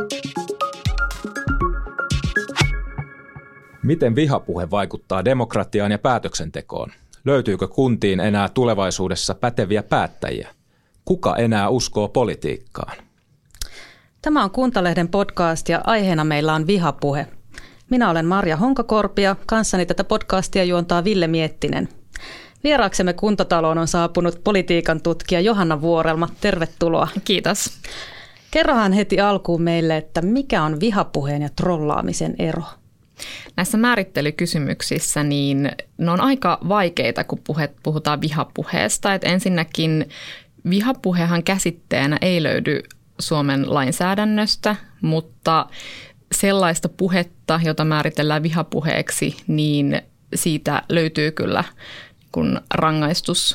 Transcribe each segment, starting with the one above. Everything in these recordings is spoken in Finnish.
Miten vihapuhe vaikuttaa demokratiaan ja päätöksentekoon? Löytyykö kuntiin enää tulevaisuudessa päteviä päättäjiä? Kuka enää uskoo politiikkaan? Tämä on Kuntalehden podcast ja aiheena meillä on vihapuhe. Minä olen Marja Honkakorpi ja kanssani tätä podcastia juontaa Ville Miettinen. Vieraaksemme Kuntataloon on saapunut politiikan tutkija Johanna Vuorelma. Tervetuloa. Kiitos. Kerrohan heti alkuun meille, että mikä on vihapuheen ja trollaamisen ero? Näissä määrittelykysymyksissä niin ne on aika vaikeita, kun puhutaan vihapuheesta. Et ensinnäkin vihapuhehan käsitteenä ei löydy Suomen lainsäädännöstä, mutta sellaista puhetta, jota määritellään vihapuheeksi, niin siitä löytyy kyllä kun rangaistus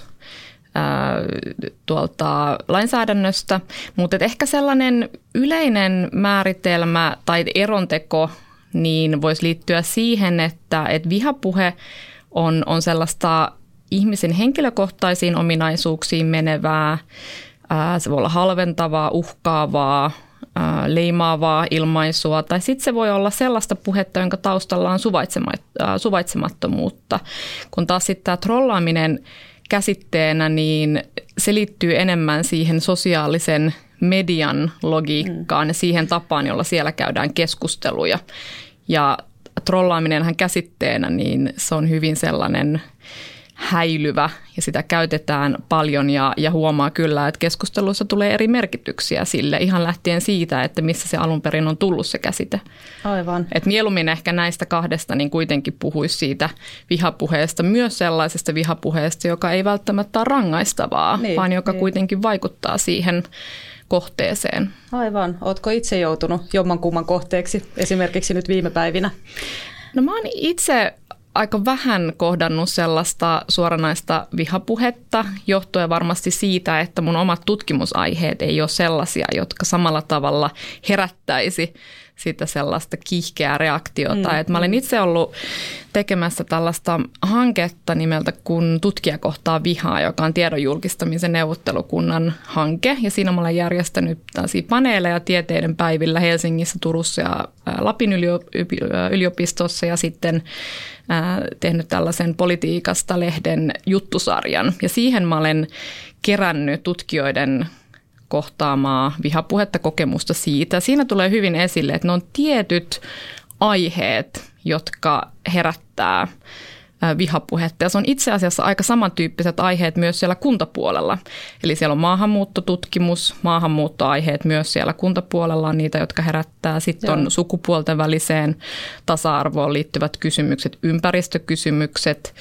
tuolta lainsäädännöstä. Mutta ehkä sellainen yleinen määritelmä tai eronteko niin voisi liittyä siihen, että vihapuhe on sellaista ihmisen henkilökohtaisiin ominaisuuksiin menevää, se voi olla halventavaa, uhkaavaa, leimaavaa ilmaisua, tai sitten se voi olla sellaista puhetta, jonka taustalla on suvaitsemattomuutta. Kun taas sitten tämä trollaaminen käsitteenä, niin se liittyy enemmän siihen sosiaalisen median logiikkaan ja siihen tapaan, jolla siellä käydään keskusteluja. Ja trollaaminenhan käsitteenä, niin se on hyvin sellainen häilyvä ja sitä käytetään paljon ja huomaa kyllä, että keskusteluissa tulee eri merkityksiä sille ihan lähtien siitä, että missä se alun perin on tullut se käsite. Aivan. Et mieluummin ehkä näistä kahdesta niin kuitenkin puhuisi siitä vihapuheesta, myös sellaisesta vihapuheesta, joka ei välttämättä ole rangaistavaa, vaan joka kuitenkin vaikuttaa siihen kohteeseen. Aivan. Ootko itse joutunut jommankumman kohteeksi esimerkiksi nyt viime päivinä? No mä oon itse aika vähän kohdannut sellaista suoranaista vihapuhetta, johtuen varmasti siitä, että mun omat tutkimusaiheet ei ole sellaisia, jotka samalla tavalla herättäisi sitä sellaista kiihkeää reaktiota. Et mä olen itse ollut tekemässä tällaista hanketta nimeltä kun tutkija kohtaa vihaa, joka on tiedon julkistamisen neuvottelukunnan hanke. Ja siinä mä olen järjestänyt tällaisia paneeleja tieteiden päivillä Helsingissä, Turussa ja Lapin yliopistossa ja sitten tehnyt tällaisen Politiikasta-lehden juttusarjan. Ja siihen mä olen kerännyt tutkijoiden kohtaamaa vihapuhetta, kokemusta siitä. Siinä tulee hyvin esille, että ne on tietyt aiheet, jotka herättää vihapuhetta. Ja se on itse asiassa aika samantyyppiset aiheet myös siellä kuntapuolella. Eli siellä on maahanmuuttotutkimus, maahanmuuttoaiheet myös siellä kuntapuolella on niitä, jotka herättää. Sitten on sukupuolten väliseen tasa-arvoon liittyvät kysymykset, ympäristökysymykset,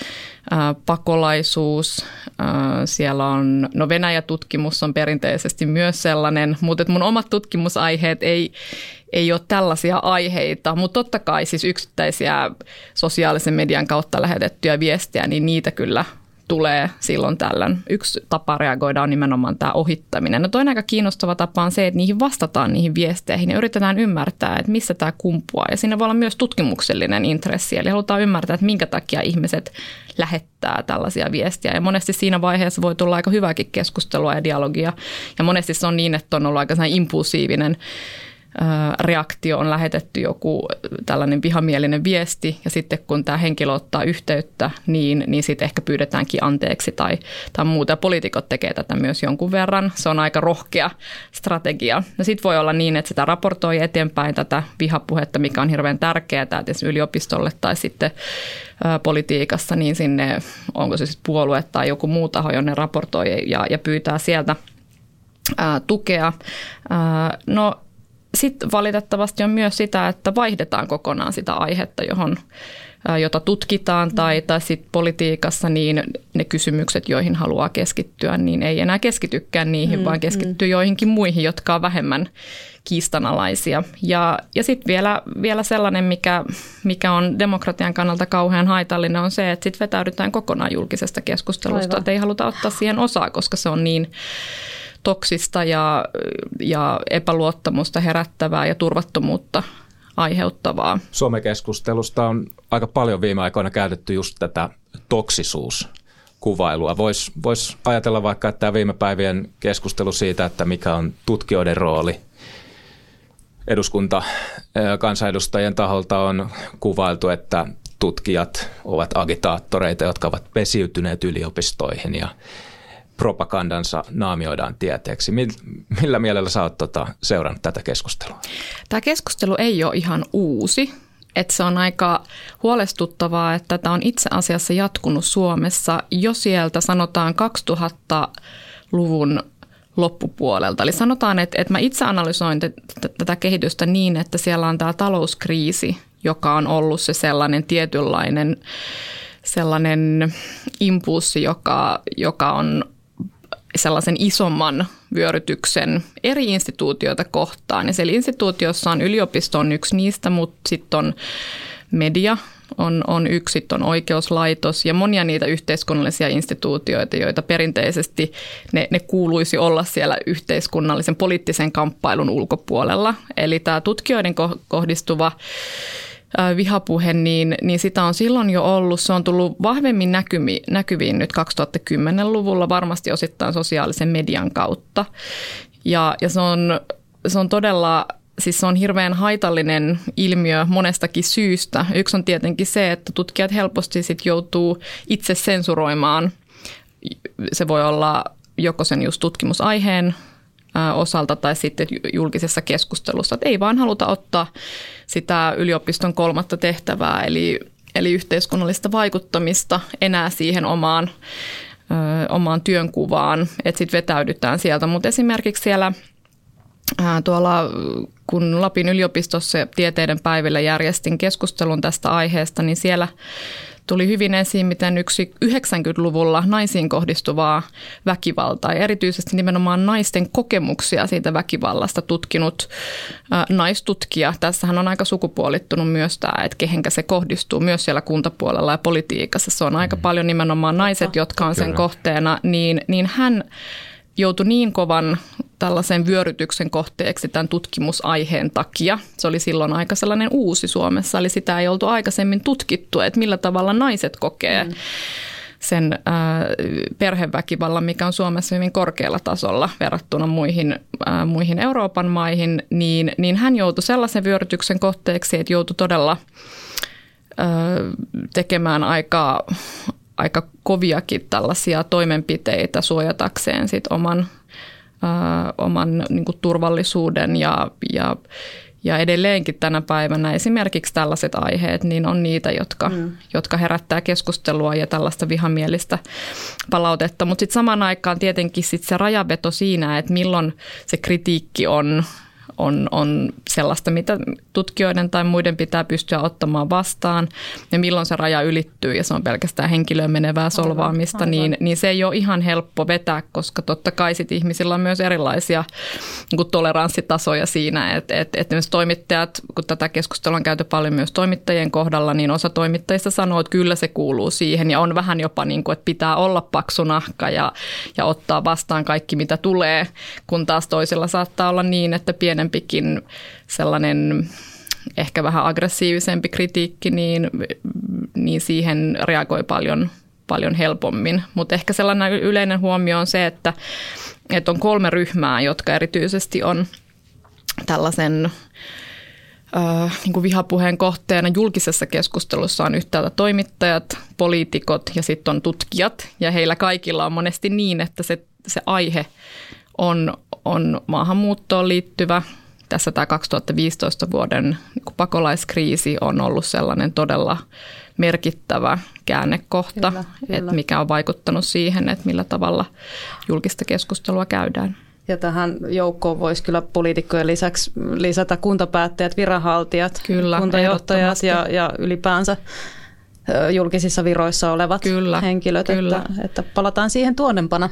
pakolaisuus. Siellä on, Venäjä-tutkimus on perinteisesti myös sellainen, mutta mun omat tutkimusaiheet ei ole tällaisia aiheita, mutta totta kai siis yksittäisiä sosiaalisen median kautta lähetettyjä viestejä, niin niitä kyllä tulee silloin tällöin. Yksi tapa reagoida on nimenomaan tämä ohittaminen. No toinen aika kiinnostava tapa on se, että niihin vastataan niihin viesteihin ja yritetään ymmärtää, että missä tämä kumpuaa. Ja siinä voi olla myös tutkimuksellinen intressi, eli halutaan ymmärtää, että minkä takia ihmiset lähettää tällaisia viestejä. Ja monesti siinä vaiheessa voi tulla aika hyvääkin keskustelua ja dialogia. Ja monesti se on niin, että on ollut aika impulsiivinen reaktio, on lähetetty joku tällainen vihamielinen viesti ja sitten kun tämä henkilö ottaa yhteyttä, niin sitten ehkä pyydetäänkin anteeksi tai muuta. Poliitikot tekee tätä myös jonkun verran. Se on aika rohkea strategia. Ja sitten voi olla niin, että sitä raportoi eteenpäin tätä vihapuhetta, mikä on hirveän tärkeää tietysti yliopistolle tai sitten politiikassa, niin sinne onko se sitten puolue tai joku muu taho, jonne raportoi ja pyytää sieltä tukea. No sitten valitettavasti on myös sitä, että vaihdetaan kokonaan sitä aihetta, jota tutkitaan tai sitten politiikassa, niin ne kysymykset, joihin haluaa keskittyä, niin ei enää keskitykään niihin, vaan keskittyy joihinkin muihin, jotka on vähemmän kiistanalaisia. Ja sitten vielä sellainen, mikä on demokratian kannalta kauhean haitallinen, on se, että sitten vetäydytään kokonaan julkisesta keskustelusta, että ei haluta ottaa siihen osaa, koska se on niin toksista ja epäluottamusta herättävää ja turvattomuutta aiheuttavaa. Somekeskustelusta on aika paljon viime aikoina käytetty just tätä toksisuuskuvailua. Vois ajatella vaikka, että tämä viime päivien keskustelu siitä, että mikä on tutkijoiden rooli kansanedustajien taholta on kuvailtu, että tutkijat ovat agitaattoreita, jotka ovat pesiytyneet yliopistoihin ja propagandansa naamioidaan tieteeksi. Millä mielellä sä oot seurannut tätä keskustelua? Tämä keskustelu ei ole ihan uusi. Että se on aika huolestuttavaa, että tämä on itse asiassa jatkunut Suomessa jo sieltä sanotaan 2000-luvun loppupuolelta. Eli sanotaan, että mä itse analysoin tätä kehitystä niin, että siellä on tämä talouskriisi, joka on ollut se sellainen tietynlainen sellainen impulssi, joka on sellaisen isomman vyörytyksen eri instituutioita kohtaan. Ja siellä instituutiossa on yliopisto on yksi niistä, mutta sitten on media on yksi, sitten on oikeuslaitos ja monia niitä yhteiskunnallisia instituutioita, joita perinteisesti ne kuuluisi olla siellä yhteiskunnallisen poliittisen kamppailun ulkopuolella. Eli tämä tutkijoiden kohdistuva vihapuhe, niin sitä on silloin jo ollut. Se on tullut vahvemmin näkyviin nyt 2010-luvulla, varmasti osittain sosiaalisen median kautta. Ja se on todella, siis se on hirveän haitallinen ilmiö monestakin syystä. Yksi on tietenkin se, että tutkijat helposti sit joutuu itse sensuroimaan. Se voi olla joko sen just tutkimusaiheen osalta tai sitten julkisessa keskustelussa. Että ei vaan haluta ottaa sitä yliopiston kolmatta tehtävää, eli yhteiskunnallista vaikuttamista enää siihen omaan työnkuvaan, että sitten vetäydytään sieltä. Mutta esimerkiksi siellä tuolla, kun Lapin yliopistossa tieteiden päivillä järjestin keskustelun tästä aiheesta, niin siellä tuli hyvin esiin, miten yksi 90-luvulla naisiin kohdistuvaa väkivaltaa ja erityisesti nimenomaan naisten kokemuksia siitä väkivallasta tutkinut naistutkija. Tässähän on aika sukupuolittunut myös tämä, että kehenkä se kohdistuu myös siellä kuntapuolella ja politiikassa. Se on aika paljon nimenomaan naiset, jotka on sen kohteena, niin hän joutui niin kovan tällaisen vyörytyksen kohteeksi tämän tutkimusaiheen takia. Se oli silloin aika sellainen uusi Suomessa, eli sitä ei oltu aikaisemmin tutkittu, että millä tavalla naiset kokee sen perheväkivallan, mikä on Suomessa hyvin korkealla tasolla verrattuna muihin Euroopan maihin, niin hän joutui sellaisen vyörytyksen kohteeksi, että joutui todella tekemään aika koviakin tällaisia toimenpiteitä suojatakseen sit oman niin kuin turvallisuuden ja edelleenkin tänä päivänä esimerkiksi tällaiset aiheet niin on niitä, jotka herättää keskustelua ja tällaista vihamielistä palautetta. Mutta sitten samaan aikaan tietenkin sit se rajaveto siinä, että milloin se kritiikki on sellaista, mitä tutkijoiden tai muiden pitää pystyä ottamaan vastaan ja milloin se raja ylittyy ja se on pelkästään henkilöön menevää solvaamista, niin se ei ole ihan helppo vetää, koska totta kai sit ihmisillä on myös erilaisia niin kuin toleranssitasoja siinä, että esimerkiksi toimittajat, kun tätä keskustelua on käyty paljon myös toimittajien kohdalla, niin osa toimittajista sanoo, että kyllä se kuuluu siihen ja on vähän jopa niin kuin, että pitää olla paksu nahka ja ottaa vastaan kaikki, mitä tulee, kun taas toisilla saattaa olla niin, että pienempikin sellainen ehkä vähän aggressiivisempi kritiikki, niin siihen reagoi paljon helpommin. Mutta ehkä sellainen yleinen huomio on se, että on 3 ryhmää, jotka erityisesti on tällaisen niin kuin vihapuheen kohteena julkisessa keskustelussa on yhtäältä toimittajat, poliitikot ja sitten on tutkijat. Ja heillä kaikilla on monesti niin, että se aihe on maahanmuuttoon liittyvä. Tässä tämä 2015 vuoden niin kuin pakolaiskriisi on ollut sellainen todella merkittävä käännekohta, kyllä. Että mikä on vaikuttanut siihen, että millä tavalla julkista keskustelua käydään. Ja tähän joukkoon voisi kyllä poliitikkojen lisäksi lisätä kuntapäättäjät, viranhaltijat, kyllä, kuntajohtajat ja ylipäänsä julkisissa viroissa olevat kyllä, henkilöt, kyllä. Että palataan siihen tuonnempana.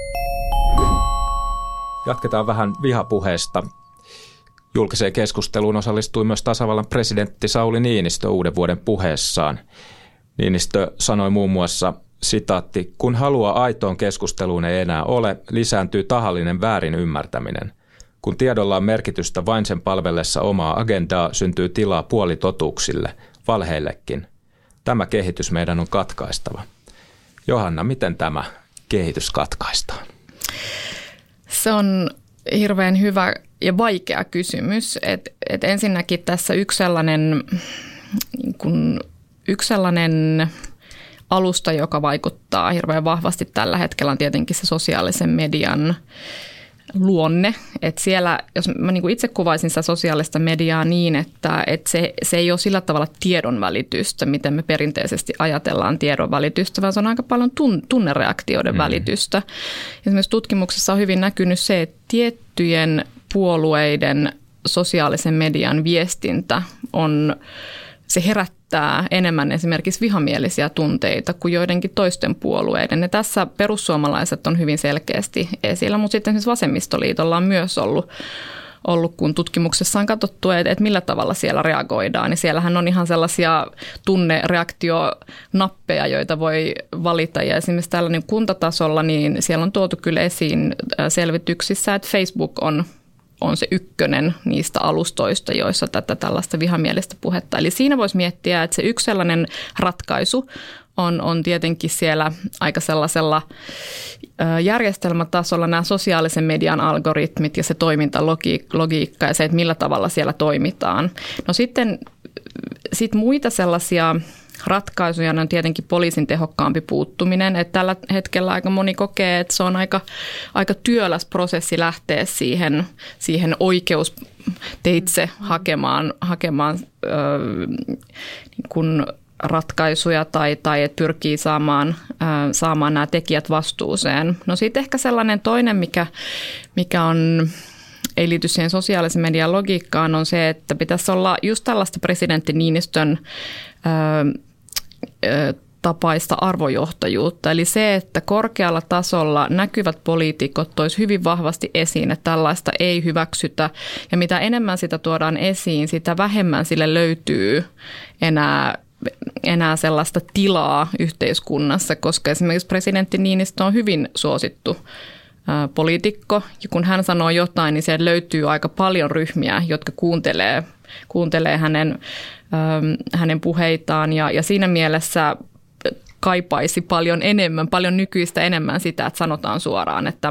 Jatketaan vähän vihapuheesta. Julkiseen keskusteluun osallistui myös tasavallan presidentti Sauli Niinistö uuden vuoden puheessaan. Niinistö sanoi muun muassa, sitaatti, kun halua aitoon keskusteluun ei enää ole, lisääntyy tahallinen väärin ymmärtäminen. Kun tiedolla on merkitystä vain sen palvellessa omaa agendaa, syntyy tilaa puolitotuuksille, valheillekin. Tämä kehitys meidän on katkaistava. Johanna, miten tämä kehitys katkaistaan? Se on hirveän hyvä ja vaikea kysymys. et ensinnäkin tässä yksi sellainen alusta, joka vaikuttaa hirveän vahvasti tällä hetkellä, on tietenkin se sosiaalisen median luonne. Että siellä, jos mä niin kuin itse kuvaisin sitä sosiaalista mediaa niin, että se ei ole sillä tavalla tiedonvälitystä, miten me perinteisesti ajatellaan tiedonvälitystä, vaan se on aika paljon tunnereaktioiden välitystä. Esimerkiksi tutkimuksessa on hyvin näkynyt se, että tiettyjen puolueiden sosiaalisen median viestintä se herättää enemmän esimerkiksi vihamielisiä tunteita kuin joidenkin toisten puolueiden. Ja tässä perussuomalaiset on hyvin selkeästi esillä, mutta sitten esimerkiksi vasemmistoliitolla on myös ollut kun tutkimuksessa on katsottu, että millä tavalla siellä reagoidaan. Ja siellähän on ihan sellaisia tunnereaktionappeja, joita voi valita. Ja esimerkiksi tällä niin kuntatasolla, niin siellä on tuotu kyllä esiin selvityksissä, että Facebook on se ykkönen niistä alustoista, joissa tällaista vihamielistä puhetta. Eli siinä voisi miettiä, että se yksi sellainen ratkaisu on tietenkin siellä aika sellaisella järjestelmätasolla nämä sosiaalisen median algoritmit ja se toimintalogiikka ja se, että millä tavalla siellä toimitaan. No sitten muita sellaisia ratkaisuja on tietenkin poliisin tehokkaampi puuttuminen. Että tällä hetkellä aika moni kokee, että se on aika työläs prosessi lähteä siihen oikeusteitse hakemaan niin kuin ratkaisuja tai että pyrkii saamaan nämä tekijät vastuuseen. No sitten ehkä sellainen toinen, mikä ei liity siihen sosiaalisen median logiikkaan, on se, että pitäisi olla just tällaista presidentti Niinistön tapaista arvojohtajuutta. Eli se, että korkealla tasolla näkyvät poliitikot tois hyvin vahvasti esiin, että tällaista ei hyväksytä. Ja mitä enemmän sitä tuodaan esiin, sitä vähemmän sille löytyy enää sellaista tilaa yhteiskunnassa, koska esimerkiksi presidentti Niinistö on hyvin suosittu poliitikko. Ja kun hän sanoo jotain, niin sieltä löytyy aika paljon ryhmiä, jotka kuuntelee hänen puheitaan ja siinä mielessä kaipaisi paljon nykyistä enemmän sitä, että sanotaan suoraan, että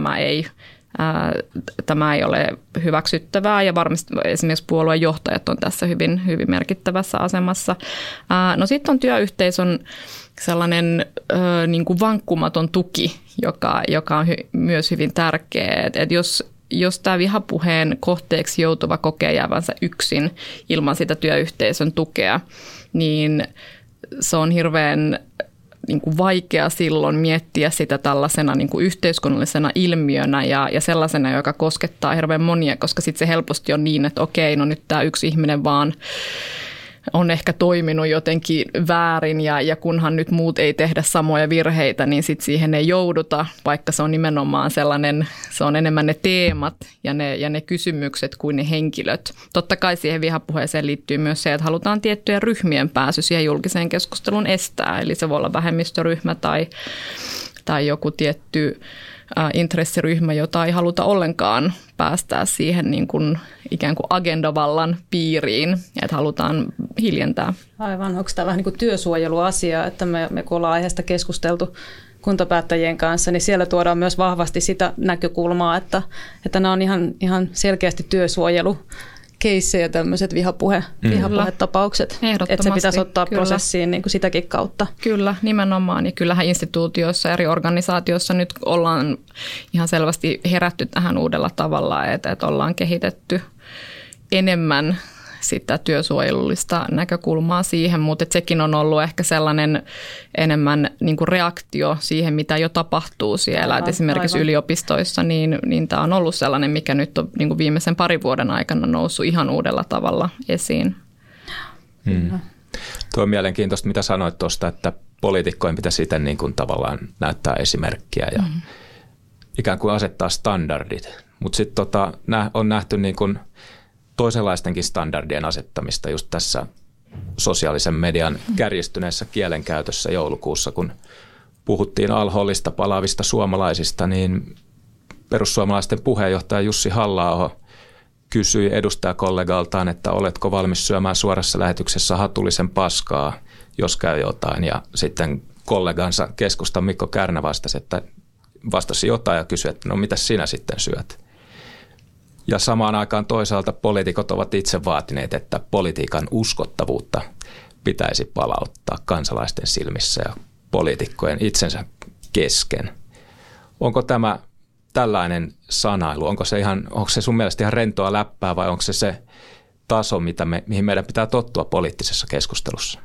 tämä ei ole hyväksyttävää ja varmasti esimerkiksi puolueen johtajat on tässä hyvin, hyvin merkittävässä asemassa. No sitten on työyhteisön sellainen niin kuin vankkumaton tuki, joka on myös hyvin tärkeä, että jos tämä vihapuheen kohteeksi joutuva kokee jäävänsä yksin ilman sitä työyhteisön tukea, niin se on hirveän niin kuin vaikea silloin miettiä sitä tällaisena niin kuin yhteiskunnallisena ilmiönä ja sellaisena, joka koskettaa hirveän monia, koska sitten se helposti on niin, että okei, no nyt tämä yksi ihminen vaan on ehkä toiminut jotenkin väärin ja kunhan nyt muut ei tehdä samoja virheitä, niin sitten siihen ei jouduta, vaikka se on nimenomaan sellainen, se on enemmän ne teemat ja ne kysymykset kuin ne henkilöt. Totta kai siihen vihapuheeseen liittyy myös se, että halutaan tiettyjen ryhmien pääsy siihen julkiseen keskusteluun estää. Eli se voi olla vähemmistöryhmä tai joku tietty intressiryhmä, jota ei haluta ollenkaan päästää siihen niin kuin ikään kuin agendavallan piiriin, että halutaan hiljentää. Aivan, onko tämä vähän niin kuin työsuojeluasia, että me kun ollaan aiheesta keskusteltu kuntapäättäjien kanssa, niin siellä tuodaan myös vahvasti sitä näkökulmaa, että nämä on ihan selkeästi työsuojelukeissejä tämmöiset vihappuhetapaukset, että se pitäisi ottaa prosessiin niin kuin sitäkin kautta. Kyllä, nimenomaan. Ja kyllähän instituutioissa, eri organisaatioissa nyt ollaan ihan selvästi herätty tähän uudella tavalla, että ollaan kehitetty enemmän sitä työsuojelullista näkökulmaa siihen, mutta sekin on ollut ehkä sellainen enemmän niin kuin reaktio siihen, mitä jo tapahtuu siellä. Esimerkiksi yliopistoissa, niin tämä on ollut sellainen, mikä nyt on niin kuin viimeisen parin vuoden aikana noussut ihan uudella tavalla esiin. Tuo on mielenkiintoista, mitä sanoit tuosta, että poliitikkojen pitäisi itse niin kuin tavallaan näyttää esimerkkiä ja ikään kuin asettaa standardit. Mutta sitten on nähty niin kuin toisenlaistenkin standardien asettamista just tässä sosiaalisen median kärjistyneessä kielenkäytössä joulukuussa, kun puhuttiin Al-Holista palaavista suomalaisista, niin perussuomalaisten puheenjohtaja Jussi Halla-aho kysyi edustajakollegaltaan, että oletko valmis syömään suorassa lähetyksessä hatullisen paskaa, jos käy jotain. Ja sitten kollegansa keskustan Mikko Kärnä vastasi jotain ja kysyi, että no mitäs sinä sitten syöt? Ja samaan aikaan toisaalta poliitikot ovat itse vaatineet, että politiikan uskottavuutta pitäisi palauttaa kansalaisten silmissä ja poliitikkojen itsensä kesken. Onko tämä tällainen sanailu, onko se sun mielestä ihan rentoa läppää vai onko se taso, mihin meidän pitää tottua poliittisessa keskustelussa?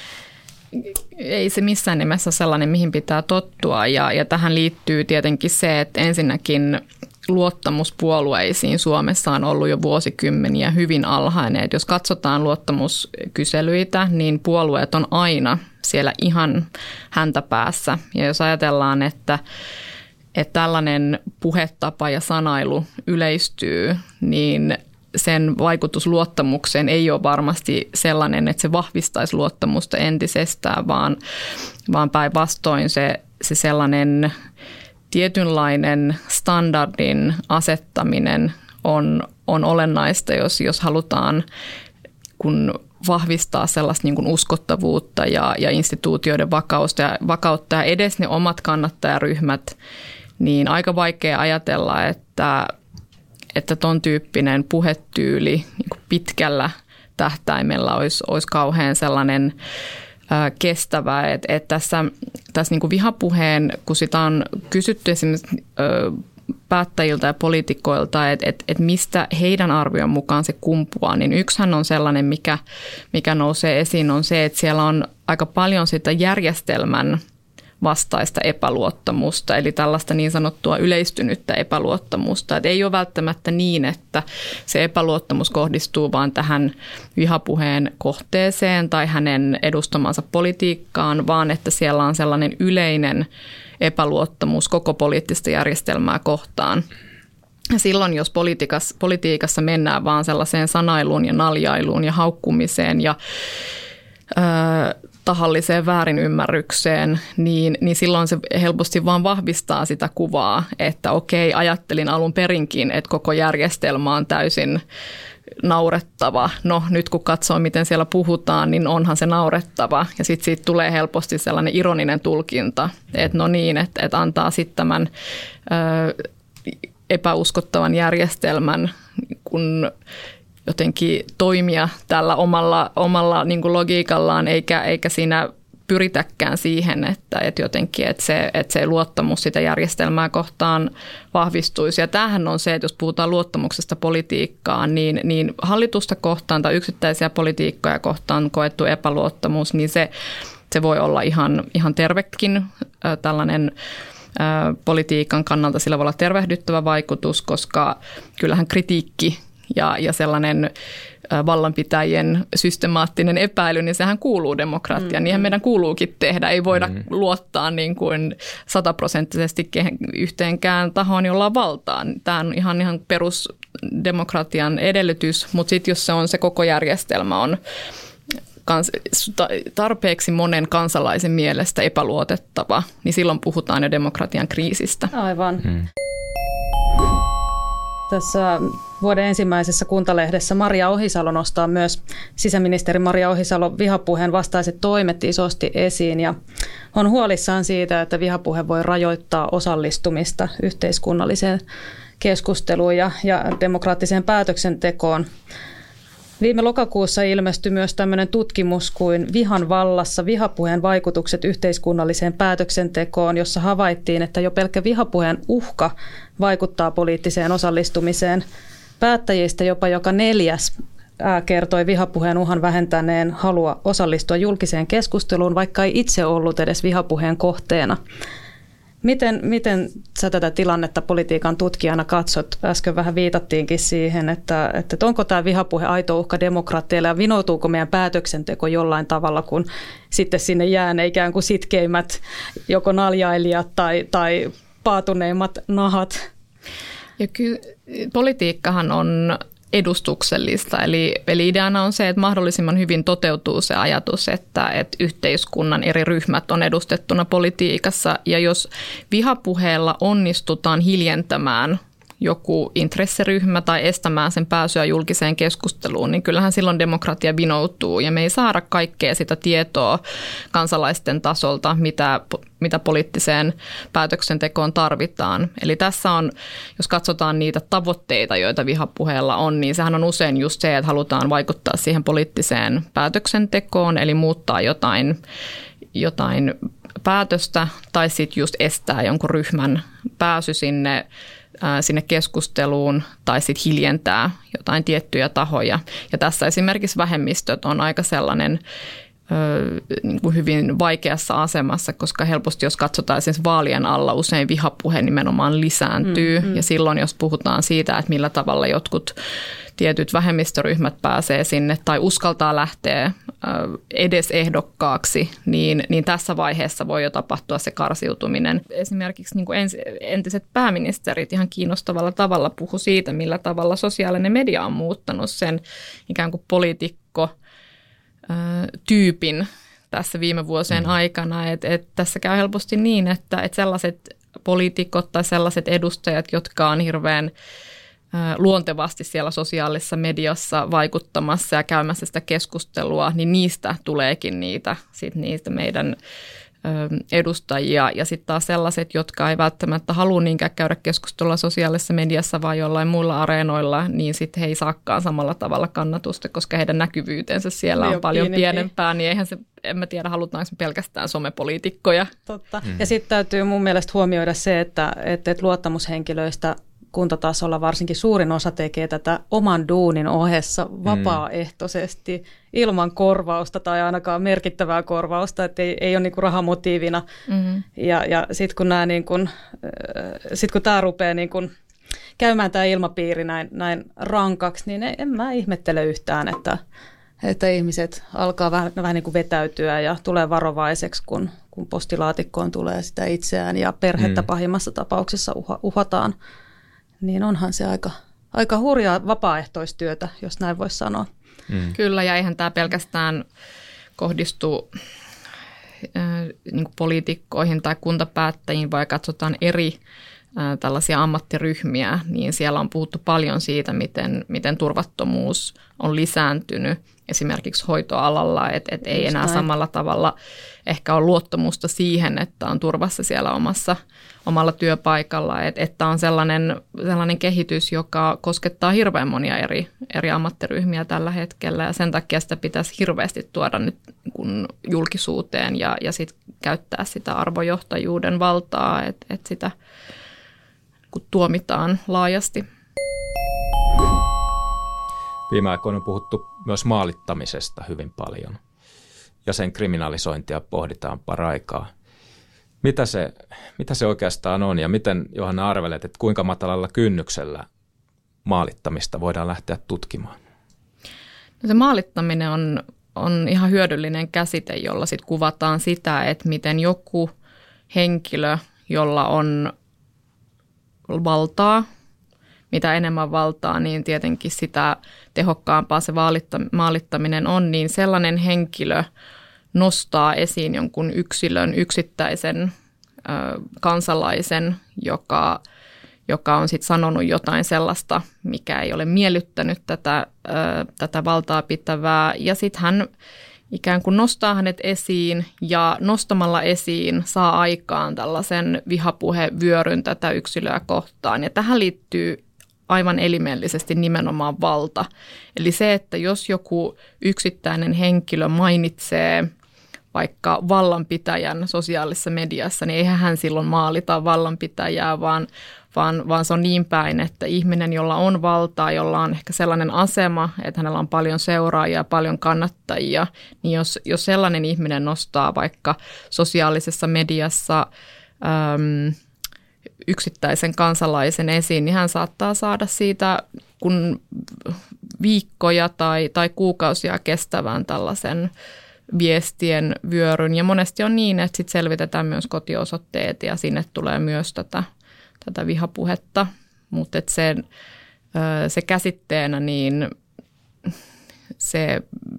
Ei se missään nimessä sellainen, mihin pitää tottua ja tähän liittyy tietenkin se, että ensinnäkin luottamus puolueisiin Suomessa on ollut jo vuosikymmeniä hyvin alhainen. Et jos katsotaan luottamuskyselyitä, niin puolueet on aina siellä ihan häntäpäässä. Ja jos ajatellaan, että tällainen puhetapa ja sanailu yleistyy, niin sen vaikutus luottamukseen ei ole varmasti sellainen, että se vahvistaisi luottamusta entisestään, vaan päinvastoin se sellainen tietynlainen standardin asettaminen on olennaista, jos halutaan kun vahvistaa sellaista niin kuin uskottavuutta ja instituutioiden vakautta ja edes ne omat kannattajaryhmät, niin aika vaikea ajatella, että ton tyyppinen puhetyyli niin kuin pitkällä tähtäimellä olisi kauhean sellainen kestävä, että tässä niin kuin vihapuheen, kun sitä on kysytty esimerkiksi päättäjiltä ja poliitikoilta, että mistä heidän arvion mukaan se kumpuaa, niin yksihän on sellainen, mikä nousee esiin, on se, että siellä on aika paljon sitä järjestelmän vastaista epäluottamusta, eli tällaista niin sanottua yleistynyttä epäluottamusta. Et ei ole välttämättä niin, että se epäluottamus kohdistuu vaan tähän vihapuheen kohteeseen tai hänen edustamansa politiikkaan, vaan että siellä on sellainen yleinen epäluottamus koko poliittista järjestelmää kohtaan. Ja silloin, jos politiikassa mennään vaan sellaiseen sanailuun ja naljailuun ja haukkumiseen ja tahalliseen väärinymmärrykseen, niin silloin se helposti vaan vahvistaa sitä kuvaa, että okei, ajattelin alun perinkin, että koko järjestelmä on täysin naurettava. No nyt kun katsoo, miten siellä puhutaan, niin onhan se naurettava. Ja sitten siitä tulee helposti sellainen ironinen tulkinta, että no niin, että antaa sitten tämän epäuskottavan järjestelmän, kun jotenkin toimia tällä omalla niin kuin logiikallaan, eikä siinä pyritäkään siihen, että jotenkin että se luottamus sitä järjestelmää kohtaan vahvistuisi. Ja tämähän on se, että jos puhutaan luottamuksesta politiikkaan, niin hallitusta kohtaan tai yksittäisiä politiikkoja kohtaan koettu epäluottamus, niin se voi olla ihan tervekin tällainen politiikan kannalta, sillä voi olla tervehdyttävä vaikutus, koska kyllähän kritiikki ja sellainen vallanpitäjien systemaattinen epäily, niin sehän kuuluu demokratiaan. Niinhän meidän kuuluukin tehdä. Ei voida luottaa niin kuin 100% yhteenkään tahoon, jolla on valtaa. Tämä on ihan perusdemokratian edellytys, mutta sitten jos se koko järjestelmä on tarpeeksi monen kansalaisen mielestä epäluotettava, niin silloin puhutaan jo demokratian kriisistä. Aivan. Tässä vuoden ensimmäisessä Kuntalehdessä Maria Ohisalo nostaa myös sisäministeri Maria Ohisalo vihapuheen vastaiset toimet isosti esiin ja on huolissaan siitä, että vihapuhe voi rajoittaa osallistumista yhteiskunnalliseen keskusteluun ja demokraattiseen päätöksentekoon. Viime lokakuussa ilmestyi myös tämmöinen tutkimus kuin Vihan vallassa vihapuheen vaikutukset yhteiskunnalliseen päätöksentekoon, jossa havaittiin, että jo pelkkä vihapuheen uhka vaikuttaa poliittiseen osallistumiseen. Päättäjistä jopa joka 4. kertoi vihapuheen uhan vähentäneen halua osallistua julkiseen keskusteluun, vaikka ei itse ollut edes vihapuheen kohteena. Miten sä tätä tilannetta politiikan tutkijana katsot? Äsken vähän viitattiinkin siihen, että onko tämä vihapuhe aito uhka demokraatteille ja vinoutuuko meidän päätöksenteko jollain tavalla, kun sitten sinne jää ne ikään kuin sitkeimmät joko naljailijat tai paatuneimmat nahat? Ja kyllä politiikkahan on edustuksellista, eli ideana on se, että mahdollisimman hyvin toteutuu se ajatus, että yhteiskunnan eri ryhmät on edustettuna politiikassa, ja jos vihapuheella onnistutaan hiljentämään joku intressiryhmä tai estämään sen pääsyä julkiseen keskusteluun, niin kyllähän silloin demokratia vinoutuu ja me ei saada kaikkea sitä tietoa kansalaisten tasolta, mitä poliittiseen päätöksentekoon tarvitaan. Eli tässä on, jos katsotaan niitä tavoitteita, joita vihapuheella on, niin sehän on usein just se, että halutaan vaikuttaa siihen poliittiseen päätöksentekoon, eli muuttaa jotain päätöstä tai sitten just estää jonkun ryhmän pääsy sinne keskusteluun tai sitten hiljentää jotain tiettyjä tahoja. Ja tässä esimerkiksi vähemmistöt on aika sellainen niin kuin hyvin vaikeassa asemassa, koska helposti jos katsotaan esimerkiksi vaalien alla, usein vihapuhe nimenomaan lisääntyy. Ja silloin jos puhutaan siitä, että millä tavalla jotkut tietyt vähemmistöryhmät pääsee sinne tai uskaltaa lähteä edes ehdokkaaksi, niin tässä vaiheessa voi jo tapahtua se karsiutuminen. Esimerkiksi niin kuin entiset pääministerit ihan kiinnostavalla tavalla puhu siitä, millä tavalla sosiaalinen media on muuttanut sen ikään kuin poliitikko-tyypin tässä viime vuosien aikana. Et tässä käy helposti niin, että sellaiset poliitikot tai sellaiset edustajat, jotka on hirveän luontevasti siellä sosiaalisessa mediassa vaikuttamassa ja käymässä sitä keskustelua, niin niistä tuleekin niitä meidän edustajia. Ja sitten taas sellaiset, jotka ei välttämättä halua niinkään käydä keskustelua sosiaalisessa mediassa, vaan jollain muilla areenoilla, niin sitten he ei saakaan samalla tavalla kannatusta, koska heidän näkyvyytensä siellä on paljon pienempää, niin eihän se, en mä tiedä, halutaanko pelkästään somepoliitikkoja. Totta. Ja sitten täytyy mun mielestä huomioida se, että luottamushenkilöistä kuntatasolla varsinkin suurin osa tekee tätä oman duunin ohessa vapaaehtoisesti ilman korvausta tai ainakaan merkittävää korvausta, että ei ole niin kuin rahamotiivina. Ja sitten kun tämä rupeaa niin kuin käymään tämä ilmapiiri näin rankaksi, niin en mä ihmettele yhtään, että ihmiset alkaa vähän niin kuin vetäytyä ja tulee varovaiseksi, kun postilaatikkoon tulee sitä itseään ja perhettä pahimmassa tapauksessa uhataan. Niin onhan se aika hurjaa vapaaehtoistyötä, jos näin voisi sanoa. Kyllä, ja eihän tämä pelkästään kohdistu niin kuin poliitikkoihin tai kuntapäättäjiin, vai katsotaan eri tällaisia ammattiryhmiä, niin siellä on puhuttu paljon siitä, miten turvattomuus on lisääntynyt esimerkiksi hoitoalalla, että ei enää samalla tavalla ehkä ole luottamusta siihen, että on turvassa siellä omalla työpaikalla, että on sellainen kehitys, joka koskettaa hirveän monia eri ammattiryhmiä tällä hetkellä, ja sen takia sitä pitäisi hirveästi tuoda nyt julkisuuteen ja sit käyttää sitä arvojohtajuuden valtaa, että sitä kun tuomitaan laajasti. Viime aikoina on puhuttu myös maalittamisesta hyvin paljon ja sen kriminalisointia pohditaan paraikaa. Mitä se oikeastaan on ja miten, Johanna, arvelet, että kuinka matalalla kynnyksellä maalittamista voidaan lähteä tutkimaan? No se maalittaminen on ihan hyödyllinen käsite, jolla sit kuvataan sitä, että miten joku henkilö, jolla on valtaa, mitä enemmän valtaa, niin tietenkin sitä tehokkaampaa se maalittaminen on, niin sellainen henkilö nostaa esiin jonkun yksilön, yksittäisen kansalaisen, joka on sitten sanonut jotain sellaista, mikä ei ole miellyttänyt tätä valtaa pitävää, ja sitten hän ikään kuin nostaa hänet esiin ja nostamalla esiin saa aikaan tällaisen vihapuhevyöryn tätä yksilöä kohtaan. Ja tähän liittyy aivan elimellisesti nimenomaan valta. Eli se, että jos joku yksittäinen henkilö mainitsee vaikka vallanpitäjän sosiaalisessa mediassa, niin eihän hän silloin maalita vallanpitäjää, vaan se on niin päin, että ihminen, jolla on valtaa, jolla on ehkä sellainen asema, että hänellä on paljon seuraajia, paljon kannattajia, niin jos sellainen ihminen nostaa vaikka sosiaalisessa mediassa yksittäisen kansalaisen esiin, niin hän saattaa saada siitä kun viikkoja tai kuukausia kestävän tällaisen viestien vyöryn. Ja monesti on niin, että sit selvitetään myös kotiosoitteet ja sinne tulee myös tätä vihapuhetta, mutta se käsitteenä, niin se,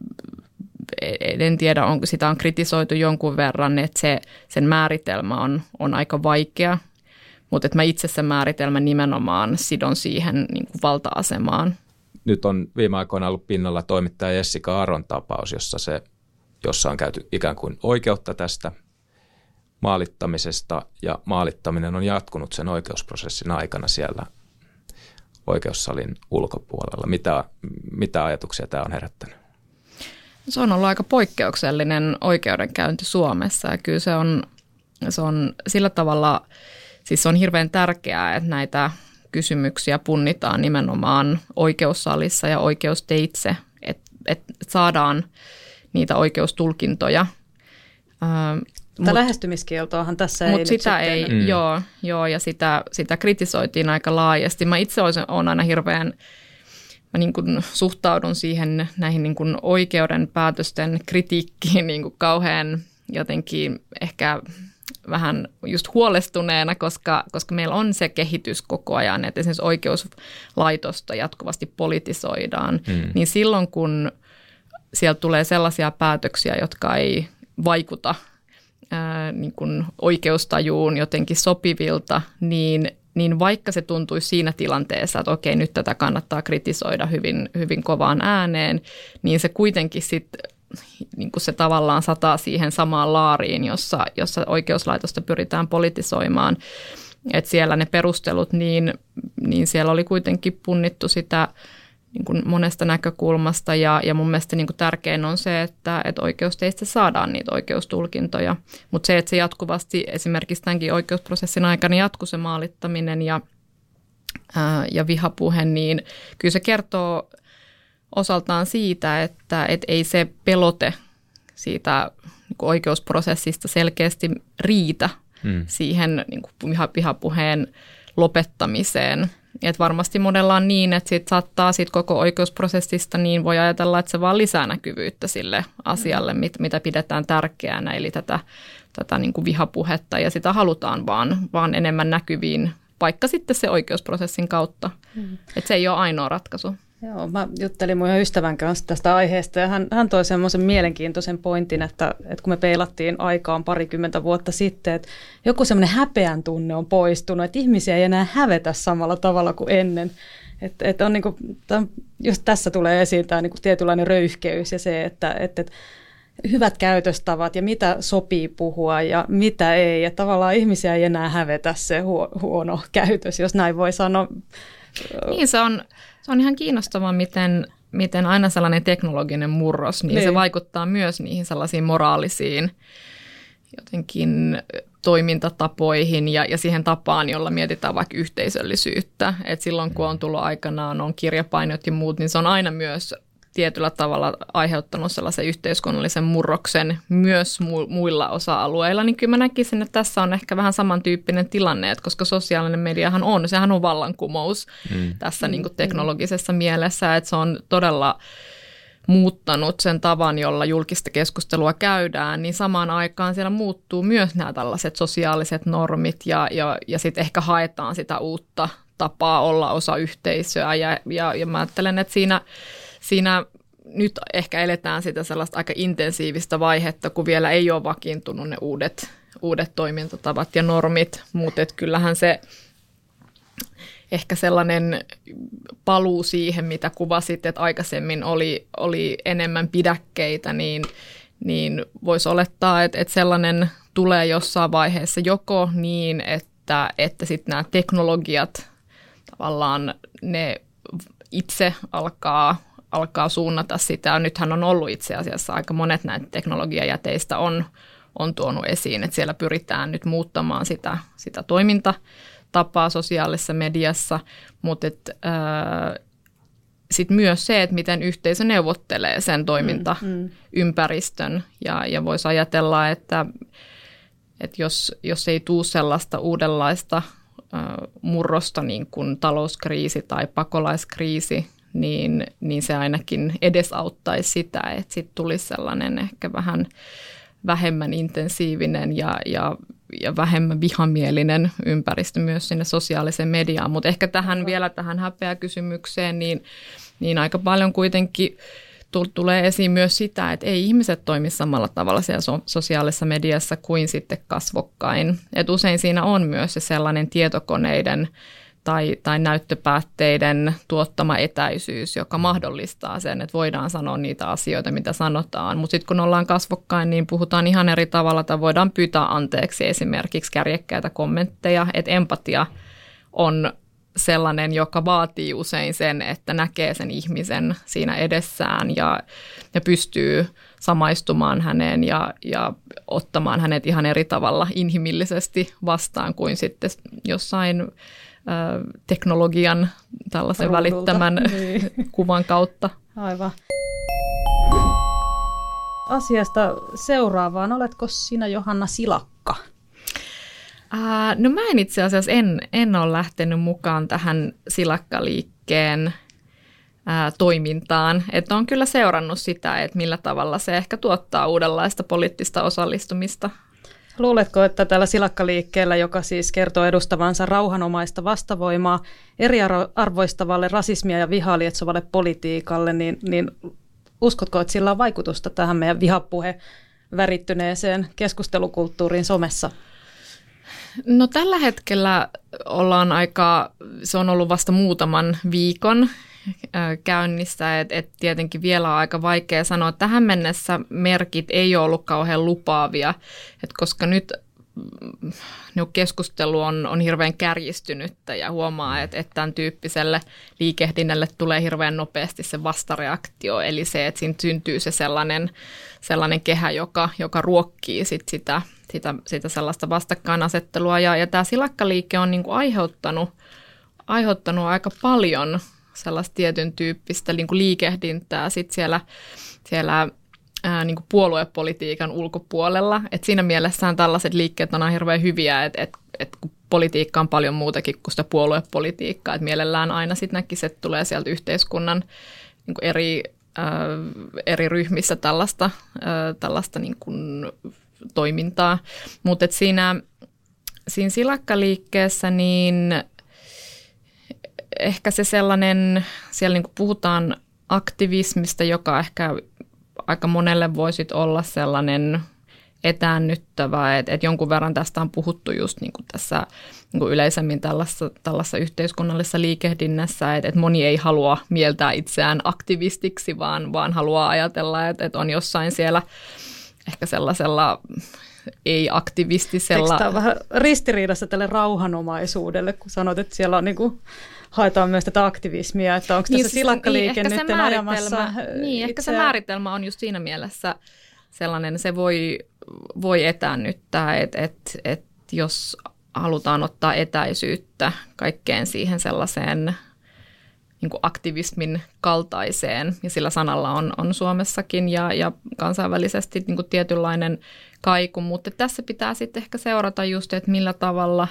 en tiedä, onko sitä on kritisoitu jonkun verran, että sen määritelmä on aika vaikea, Mutta että mä itse sen määritelmän nimenomaan sidon siihen niin kuin valta-asemaan. Nyt on viime aikoina ollut pinnalla toimittaja Jessica Aron tapaus, jossa on käyty ikään kuin oikeutta tästä maalittamisesta, ja maalittaminen on jatkunut sen oikeusprosessin aikana siellä oikeussalin ulkopuolella. Mitä ajatuksia tämä on herättänyt? Se on ollut aika poikkeuksellinen oikeudenkäynti Suomessa, ja kyllä se on sillä tavalla, siis se on hirveän tärkeää, että näitä kysymyksiä punnitaan nimenomaan oikeussalissa ja oikeusteitse, että saadaan niitä oikeustulkintoja. Mutta lähestymiskieltoahan tässä ei nyt sitä sitten. ei, joo, ja sitä kritisoitiin aika laajasti. Mä itse olen aina mä niin kuin suhtaudun siihen näihin niin kuin oikeuden päätösten kritiikkiin niin kuin kauhean jotenkin ehkä vähän just huolestuneena, koska meillä on se kehitys koko ajan, että esimerkiksi oikeuslaitosta jatkuvasti politisoidaan, niin silloin kun sieltä tulee sellaisia päätöksiä, jotka ei vaikuta niin kuin oikeustajuun jotenkin sopivilta, niin vaikka se tuntuisi siinä tilanteessa, että okei, nyt tätä kannattaa kritisoida hyvin, hyvin kovaan ääneen, niin se kuitenkin sitten niin kuin se tavallaan sataa siihen samaan laariin, jossa oikeuslaitosta pyritään politisoimaan. Että siellä ne perustelut, niin siellä oli kuitenkin punnittu sitä niin kuin monesta näkökulmasta, ja mun mielestä niin kuin tärkein on se, että oikeusteistä saadaan niitä oikeustulkintoja. Mutta se, että se jatkuvasti esimerkiksi tämänkin oikeusprosessin aikana jatkuu se maalittaminen ja vihapuhe, niin kyllä se kertoo osaltaan siitä, että ei se pelote siitä niin kuin oikeusprosessista selkeästi riitä siihen niin kuin vihapuheen lopettamiseen. Et varmasti monella on niin, että sit saattaa sit koko oikeusprosessista niin voi ajatella, että se vaan lisää näkyvyyttä sille asialle, mitä pidetään tärkeänä, eli tätä niin kuin vihapuhetta, ja sitä halutaan vaan enemmän näkyviin, vaikka sitten se oikeusprosessin kautta. Että se ei ole ainoa ratkaisu. Joo, mä juttelin mun ystävän kanssa tästä aiheesta, ja hän toi semmoisen mielenkiintoisen pointin, että kun me peilattiin aikaan 20 vuotta sitten, että joku semmoinen häpeän tunne on poistunut, että ihmisiä ei enää hävetä samalla tavalla kuin ennen. Että on niinku, just tässä tulee esiin tämä niinku tietynlainen röyhkeys ja se, että hyvät käytöstavat ja mitä sopii puhua ja mitä ei. Ja tavallaan ihmisiä ei enää hävetä se huono käytös, jos näin voi sanoa. Niin, se on ihan kiinnostavaa, miten aina sellainen teknologinen murros, niin se vaikuttaa myös niihin sellaisiin moraalisiin jotenkin toimintatapoihin ja siihen tapaan, jolla mietitään vaikka yhteisöllisyyttä. Et silloin, kun on tullut aikanaan, on kirjapainot ja muut, niin se on aina myös tietyllä tavalla aiheuttanut sellaisen yhteiskunnallisen murroksen myös muilla osa-alueilla, niin kyllä mä näkisin, että tässä on ehkä vähän samantyyppinen tilanne, että koska sosiaalinen mediahan sehän on vallankumous tässä niin kuin teknologisessa mielessä, että se on todella muuttanut sen tavan, jolla julkista keskustelua käydään, niin samaan aikaan siellä muuttuu myös nämä tällaiset sosiaaliset normit ja sitten ehkä haetaan sitä uutta tapaa olla osa yhteisöä ja mä ajattelen, että siinä nyt ehkä eletään sitä sellaista aika intensiivistä vaihetta, kun vielä ei ole vakiintunut ne uudet toimintatavat ja normit, mutta kyllähän se ehkä sellainen paluu siihen, mitä kuvasit, että aikaisemmin oli enemmän pidäkkeitä, niin voisi olettaa, että sellainen tulee jossain vaiheessa joko niin, että sitten nämä teknologiat tavallaan ne itse alkaa suunnata sitä. Nythän on ollut itse asiassa aika monet näitä teknologiajäteistä on tuonut esiin, että siellä pyritään nyt muuttamaan sitä toimintatapaa sosiaalisessa mediassa, mutta sitten myös se, että miten yhteisö neuvottelee sen toimintaympäristön ja voisi ajatella, että jos ei tule sellaista uudenlaista murrosta niin kuin talouskriisi tai pakolaiskriisi, niin se ainakin edesauttaisi sitä, että sitten tulisi sellainen ehkä vähän vähemmän intensiivinen ja vähemmän vihamielinen ympäristö myös sinne sosiaaliseen mediaan. Mutta ehkä vielä tähän häpeäkysymykseen, niin aika paljon kuitenkin tulee esiin myös sitä, että ei ihmiset toimi samalla tavalla siellä sosiaalisessa mediassa kuin sitten kasvokkain. Et usein siinä on myös se sellainen tietokoneiden tai näyttöpäätteiden tuottama etäisyys, joka mahdollistaa sen, että voidaan sanoa niitä asioita, mitä sanotaan. Mutta sitten kun ollaan kasvokkain, niin puhutaan ihan eri tavalla tai voidaan pyytää anteeksi esimerkiksi kärjekkäitä kommentteja. Että empatia on sellainen, joka vaatii usein sen, että näkee sen ihmisen siinä edessään ja pystyy samaistumaan häneen ja ottamaan hänet ihan eri tavalla inhimillisesti vastaan kuin sitten jossain teknologian tällaisen välittämän kuvan kautta. Aivan. Asiasta seuraavaan. Oletko sinä Johanna Silakka? No mä en itse asiassa en ole lähtenyt mukaan tähän silakkaliikkeen toimintaan. Että olen kyllä seurannut sitä, että millä tavalla se ehkä tuottaa uudenlaista poliittista osallistumista. Luuletko, että tällä silakkaliikkeellä, joka siis kertoo edustavansa rauhanomaista vastavoimaa eriarvoistavalle rasismia ja vihaa lietsovalle politiikalle, niin uskotko, että sillä on vaikutusta tähän meidän vihapuhe värittyneeseen keskustelukulttuuriin somessa? No tällä hetkellä se on ollut vasta muutaman viikon käynnissä, että tietenkin vielä on aika vaikea sanoa. Tähän mennessä merkit ei ole ollut kauhean lupaavia, että koska nyt keskustelu on hirveän kärjistynyttä ja huomaa, että tämän tyyppiselle liikehdinnälle tulee hirveän nopeasti se vastareaktio, eli se, että siinä syntyy se sellainen kehä, joka ruokkii sitä sellaista vastakkainasettelua. Ja tämä silakkaliike on niin kuin aiheuttanut aika paljon sellaista tietyn tyyppistä niin kuin liikehdintää sit siellä niin kuin puoluepolitiikan ulkopuolella. Et siinä mielessään tällaiset liikkeet on hirveän hyviä, että kun politiikka on paljon muutakin kuin sitä puoluepolitiikkaa. Et mielellään aina sitten näkisi, että tulee sieltä yhteiskunnan niin kuin eri ryhmissä tällaista niin kuin toimintaa. Mutta siinä silakkaliikkeessä niin ehkä se sellainen, siellä niin kuin puhutaan aktivismista, joka ehkä aika monelle voisi olla sellainen etäännyttävä, että jonkun verran tästä on puhuttu just niin kuin tässä niin kuin yleisemmin tällaisessa yhteiskunnallisessa liikehdinnässä, että moni ei halua mieltää itseään aktivistiksi, vaan haluaa ajatella, että on jossain siellä ehkä sellaisella ei-aktivistisella. Eikö tämä on vähän ristiriidassa tälle rauhanomaisuudelle, kun sanot, että siellä on niin kuin haetaan myös tätä aktivismia, että onko tässä silakkaliike nyt ajamassa Niin, ehkä se määritelmä on just siinä mielessä sellainen, se voi etäännyttää, että jos halutaan ottaa etäisyyttä kaikkeen siihen sellaiseen niin kuin aktivismin kaltaiseen, ja sillä sanalla on Suomessakin ja kansainvälisesti niin kuin tietynlainen kaiku, mutta tässä pitää sitten ehkä seurata just, että millä tavalla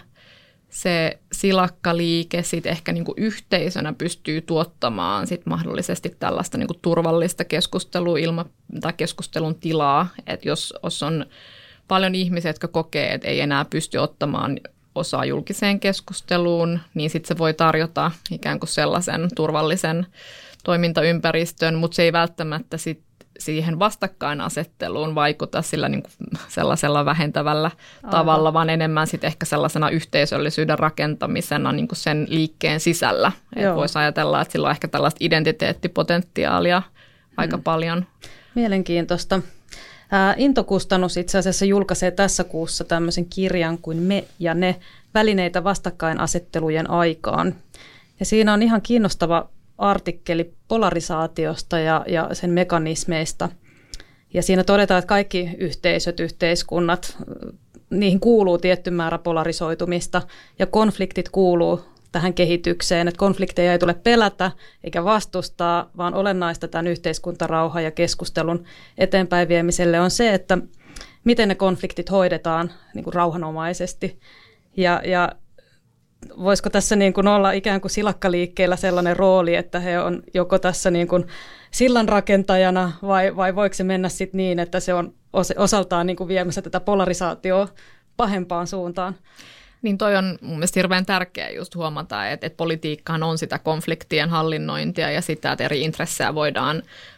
se silakkaliike sitten ehkä niin kuin yhteisönä pystyy tuottamaan sit mahdollisesti tällaista niin kuin turvallista keskustelua tai keskustelun tilaa, että jos on paljon ihmisiä, jotka kokee, että ei enää pysty ottamaan osaa julkiseen keskusteluun, niin sitten se voi tarjota ikään kuin sellaisen turvallisen toimintaympäristön, mutta se ei välttämättä siihen vastakkainasetteluun vaikuta sillä niin kuin sellaisella vähentävällä tavalla, vaan enemmän sitten ehkä sellaisena yhteisöllisyyden rakentamisena niin kuin sen liikkeen sisällä. Voisi ajatella, että sillä on ehkä tällaista identiteettipotentiaalia aika paljon. Mielenkiintoista. Intokustannus itse asiassa julkaisee tässä kuussa tämmöisen kirjan kuin Me ja ne, välineitä vastakkainasettelujen aikaan. Ja siinä on ihan kiinnostava artikkeli polarisaatiosta ja sen mekanismeista. Ja siinä todetaan, että kaikki yhteisöt, yhteiskunnat, niihin kuuluu tietty määrä polarisoitumista ja konfliktit kuuluu tähän kehitykseen, että konflikteja ei tule pelätä eikä vastustaa, vaan olennaista tämän yhteiskuntarauhan ja keskustelun eteenpäin viemiselle on se, että miten ne konfliktit hoidetaan niin kuin rauhanomaisesti. Ja voisiko tässä niin kuin olla ikään kuin silakkaliikkeellä sellainen rooli, että he on joko tässä niin kuin sillanrakentajana vai voiko se mennä sitten niin, että se on osaltaan niin kuin viemässä tätä polarisaatioa pahempaan suuntaan? Niin toi on mun mielestä hirveän tärkeää just huomata, että politiikkahan on sitä konfliktien hallinnointia ja sitä, että eri intressejä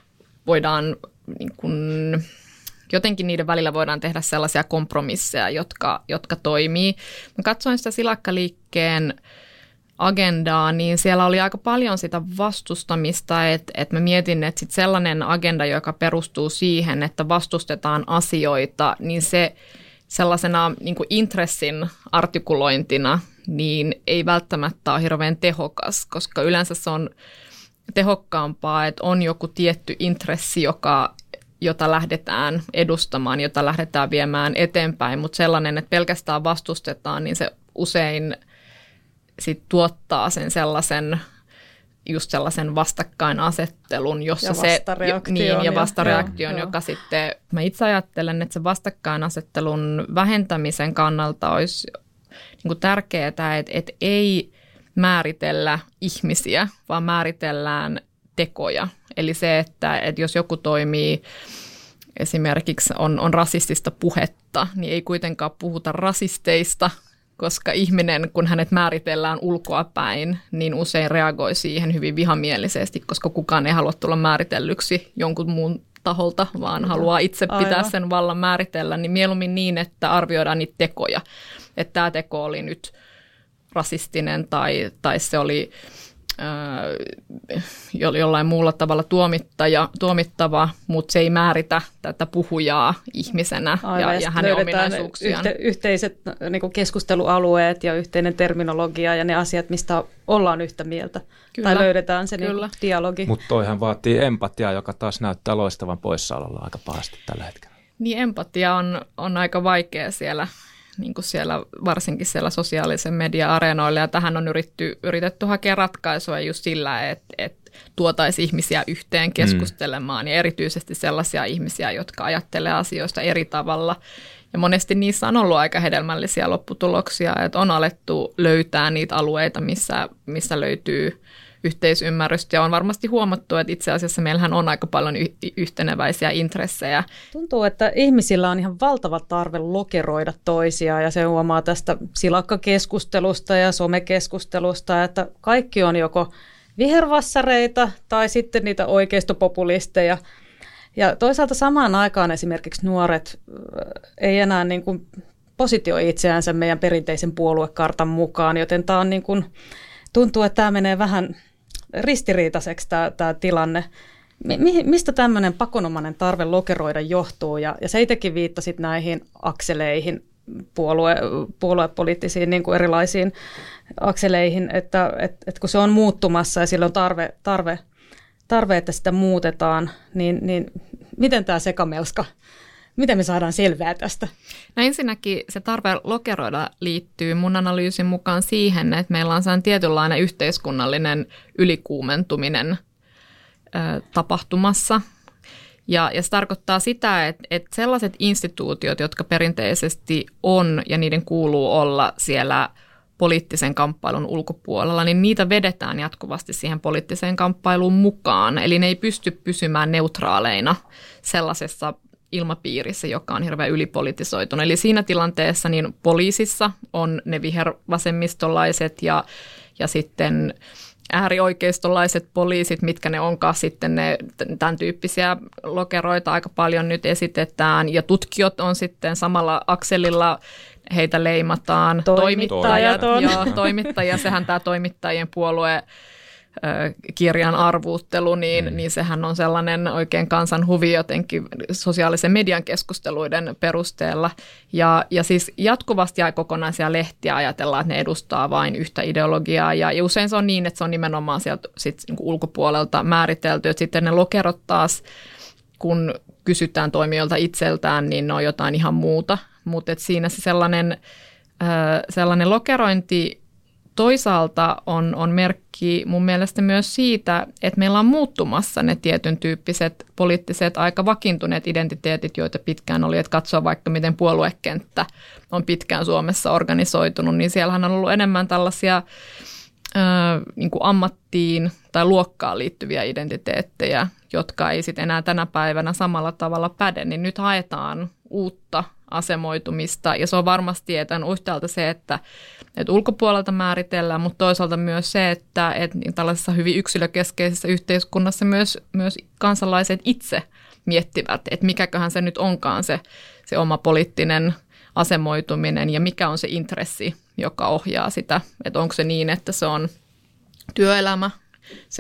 voidaan niin kuin, jotenkin niiden välillä voidaan tehdä sellaisia kompromisseja, jotka toimii. Mä katsoin sitä silakkaliikkeen agendaa, niin siellä oli aika paljon sitä vastustamista, että mä mietin, että sit sellainen agenda, joka perustuu siihen, että vastustetaan asioita, niin se sellaisena niin kuin intressin artikulointina niin ei välttämättä ole hirveän tehokas, koska yleensä se on tehokkaampaa, että on joku tietty intressi, jota lähdetään edustamaan, jota lähdetään viemään eteenpäin, mutta sellainen, että pelkästään vastustetaan, niin se usein sit tuottaa sen sellaisen vastakkainasettelun, jossa ja vastareaktion, joka sitten, mä itse ajattelen, että se vastakkainasettelun vähentämisen kannalta olisi niin kuin tärkeää, että ei määritellä ihmisiä, vaan määritellään tekoja. Eli se, että jos joku toimii, esimerkiksi on rasistista puhetta, niin ei kuitenkaan puhuta rasisteista, koska ihminen, kun hänet määritellään ulkoapäin, niin usein reagoi siihen hyvin vihamielisesti, koska kukaan ei halua tulla määritellyksi jonkun muun taholta, vaan haluaa itse pitää sen vallan määritellä, niin mieluummin niin, että arvioidaan niitä tekoja. Että tämä teko oli nyt rasistinen tai se oli jollain muulla tavalla tuomittava, mutta se ei määritä tätä puhujaa ihmisenä ja hänen ominaisuuksiaan. Yhteiset niin kuin keskustelualueet ja yhteinen terminologia ja ne asiat, mistä ollaan yhtä mieltä. Kyllä, tai löydetään se niin kuin dialogi. Mutta toihan vaatii empatiaa, joka taas näyttää loistavan poissaololla aika pahasti tällä hetkellä. Niin, empatia on aika vaikea siellä. Niin kuin varsinkin siellä sosiaalisen media-areenoilla, ja tähän on yritetty hakea ratkaisua just sillä, että tuotaisiin ihmisiä yhteen keskustelemaan, ja erityisesti sellaisia ihmisiä, jotka ajattelee asioista eri tavalla. Ja monesti niissä on ollut aika hedelmällisiä lopputuloksia, että on alettu löytää niitä alueita, missä löytyy yhteisymmärrystä, ja on varmasti huomattu, että itse asiassa meillähän on aika paljon yhteneväisiä intressejä. Tuntuu, että ihmisillä on ihan valtava tarve lokeroida toisiaan, ja se huomaa tästä silakkakeskustelusta ja somekeskustelusta, että kaikki on joko vihervassareita tai sitten niitä oikeistopopulisteja. Ja toisaalta samaan aikaan esimerkiksi nuoret ei enää niin kuin positioi itseänsä meidän perinteisen puoluekartan mukaan, joten tämä on niin kuin, tuntuu, että tämä menee vähän ristiriitaiseksi tämä tilanne. Mistä tämmöinen pakonomainen tarve lokeroida johtuu? Ja sä itsekin viittasit näihin akseleihin, puoluepoliittisiin niin kuin erilaisiin akseleihin, että kun se on muuttumassa ja sillä on tarve, että sitä muutetaan, niin miten tämä sekamelska, miten me saadaan selvää tästä? No ensinnäkin se tarve lokeroida liittyy mun analyysin mukaan siihen, että meillä on sellainen tietynlainen yhteiskunnallinen ylikuumentuminen tapahtumassa. Ja se tarkoittaa sitä, että sellaiset instituutiot, jotka perinteisesti on ja niiden kuuluu olla siellä poliittisen kamppailun ulkopuolella, niin niitä vedetään jatkuvasti siihen poliittiseen kamppailuun mukaan. Eli ne ei pysty pysymään neutraaleina sellaisessa ilmapiirissä, joka on hirveän ylipolitisoitunut. Eli siinä tilanteessa niin poliisissa on ne vihervasemmistolaiset ja sitten äärioikeistolaiset poliisit, mitkä ne onkaan sitten, tämän tyyppisiä lokeroita aika paljon nyt esitetään. Ja tutkijat on sitten samalla akselilla, heitä leimataan. Toimittajia, sehän tämä toimittajien puolue kirjan arvuuttelu, niin sehän on sellainen oikein kansan huvi jotenkin sosiaalisen median keskusteluiden perusteella. Ja siis jatkuvasti kokonaisia lehtiä ajatellaan, että ne edustaa vain yhtä ideologiaa. Ja usein se on niin, että se on nimenomaan sieltä sit niin kuin ulkopuolelta määritelty, että sitten ne lokerot taas, kun kysytään toimijoilta itseltään, niin ne on jotain ihan muuta. Mutta siinä se sellainen lokerointi toisaalta on merkki mun mielestä myös siitä, että meillä on muuttumassa ne tietyn tyyppiset poliittiset aika vakiintuneet identiteetit, joita pitkään oli, että katsoa vaikka miten puoluekenttä on pitkään Suomessa organisoitunut, niin siellähän on ollut enemmän tällaisia niin kuin ammattiin tai luokkaan liittyviä identiteettejä, jotka ei sitten enää tänä päivänä samalla tavalla päde, niin nyt haetaan uutta asemoitumista. Ja se on varmasti yhtäältä se, että ulkopuolelta määritellään, mutta toisaalta myös se, että tällaisessa hyvin yksilökeskeisessä yhteiskunnassa myös kansalaiset itse miettivät, että mikäköhän se nyt onkaan se oma poliittinen asemoituminen ja mikä on se intressi, joka ohjaa sitä. Että onko se niin, että se on työelämä, se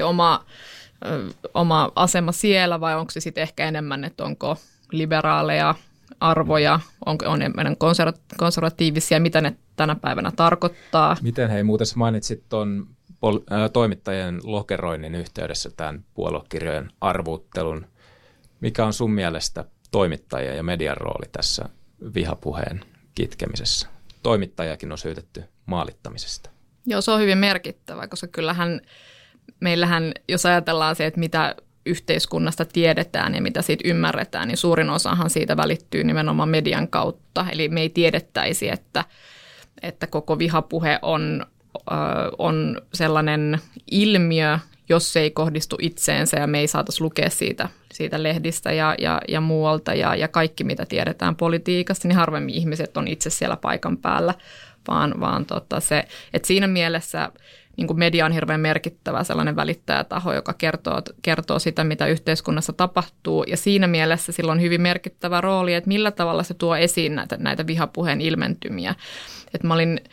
oma asema siellä vai onko se sitten ehkä enemmän, että onko liberaaleja arvoja, on meidän konservatiivisia, mitä ne tänä päivänä tarkoittaa. Miten muuten mainitsit tuon toimittajien lokeroinnin yhteydessä tämän puoluekirjojen arvuuttelun. Mikä on sun mielestä toimittajien ja median rooli tässä vihapuheen kitkemisessä? Toimittajakin on syytetty maalittamisesta. Joo, se on hyvin merkittävä, koska meillähän, jos ajatellaan se, että mitä yhteiskunnasta tiedetään ja mitä siitä ymmärretään, niin suurin osahan siitä välittyy nimenomaan median kautta. Eli me ei tiedettäisi, että koko vihapuhe on sellainen ilmiö, jos se ei kohdistu itseensä ja me ei saataisi lukea siitä lehdistä ja muualta ja kaikki, mitä tiedetään politiikasta, niin harvemmin ihmiset on itse siellä paikan päällä, vaan se, että siinä mielessä niin kuin media on hirveän merkittävä sellainen välittäjätaho, joka kertoo sitä, mitä yhteiskunnassa tapahtuu. Ja siinä mielessä sillä on hyvin merkittävä rooli, että millä tavalla se tuo esiin näitä vihapuheen ilmentymiä. Että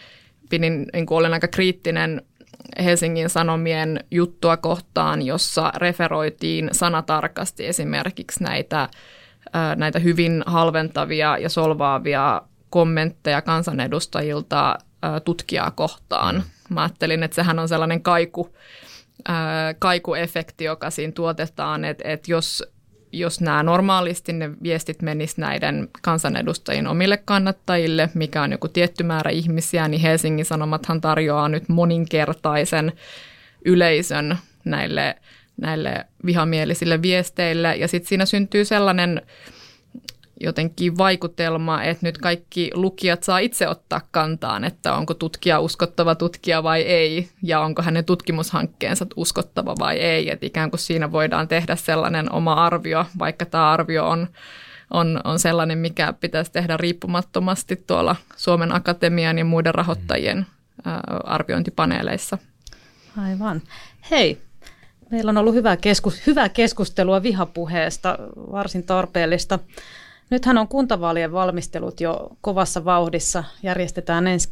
olin aika kriittinen Helsingin Sanomien juttua kohtaan, jossa referoitiin sanatarkasti esimerkiksi näitä hyvin halventavia ja solvaavia kommentteja kansanedustajilta tutkijaa kohtaan. Mä ajattelin, että sehän on sellainen kaikuefekti, joka siinä tuotetaan, että jos nämä normaalisti ne viestit menis näiden kansanedustajien omille kannattajille, mikä on joku tietty määrä ihmisiä, niin Helsingin Sanomathan tarjoaa nyt moninkertaisen yleisön näille vihamielisille viesteille. Ja sitten siinä syntyy sellainen jotenkin vaikutelma, että nyt kaikki lukijat saa itse ottaa kantaan, että onko tutkija uskottava tutkija vai ei, ja onko hänen tutkimushankkeensa uskottava vai ei. Että ikään kuin siinä voidaan tehdä sellainen oma arvio, vaikka tämä arvio on sellainen, mikä pitäisi tehdä riippumattomasti tuolla Suomen Akatemian ja muiden rahoittajien arviointipaneeleissa. Aivan. Hei, meillä on ollut hyvää keskustelua vihapuheesta, varsin tarpeellista. Nythän on kuntavaalien valmistelut jo kovassa vauhdissa. Järjestetään ensi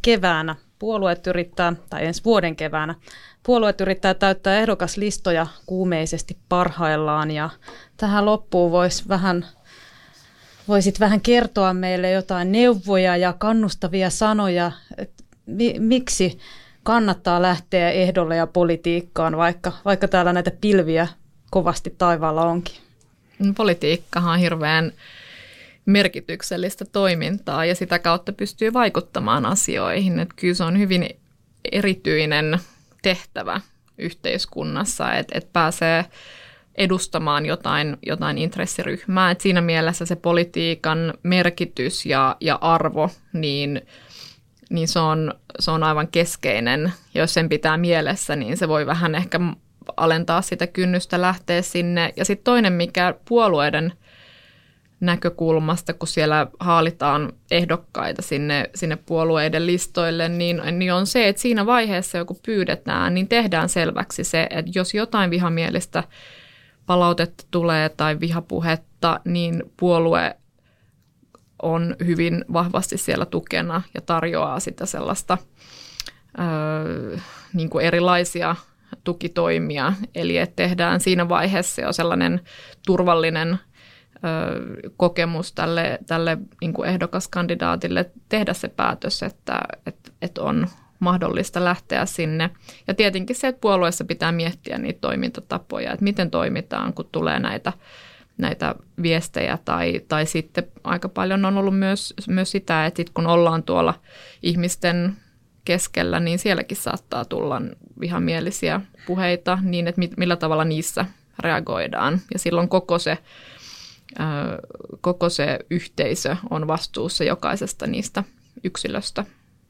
vuoden keväänä. Puolueet yrittää täyttää ehdokaslistoja kuumeisesti parhaillaan. Ja tähän loppuun voisit vähän kertoa meille jotain neuvoja ja kannustavia sanoja, että miksi kannattaa lähteä ehdolle ja politiikkaan, vaikka täällä näitä pilviä kovasti taivaalla onkin. Politiikkahan on hirveän merkityksellistä toimintaa ja sitä kautta pystyy vaikuttamaan asioihin. Että kyllä se on hyvin erityinen tehtävä yhteiskunnassa, että pääsee edustamaan jotain intressiryhmää. Et siinä mielessä se politiikan merkitys ja arvo, niin se on aivan keskeinen. Jos sen pitää mielessä, niin se voi vähän ehkä alentaa sitä kynnystä lähteä sinne. Ja sitten toinen, mikä puolueiden näkökulmasta, kun siellä haalitaan ehdokkaita sinne puolueiden listoille, niin on se, että siinä vaiheessa, joku pyydetään, niin tehdään selväksi se, että jos jotain vihamielistä palautetta tulee tai vihapuhetta, niin puolue on hyvin vahvasti siellä tukena ja tarjoaa sitä sellaista niin kuin erilaisia tukitoimia. Eli että tehdään siinä vaiheessa jo sellainen turvallinen kokemus tälle niin kuin ehdokaskandidaatille tehdä se päätös, että on mahdollista lähteä sinne. Ja tietenkin se, että puolueessa pitää miettiä niitä toimintatapoja, että miten toimitaan, kun tulee näitä viestejä tai sitten aika paljon on ollut myös sitä, että sit kun ollaan tuolla ihmisten keskellä, niin sielläkin saattaa tulla vihamielisiä puheita niin, että millä tavalla niissä reagoidaan. Ja silloin koko se yhteisö on vastuussa jokaisesta niistä yksilöstä.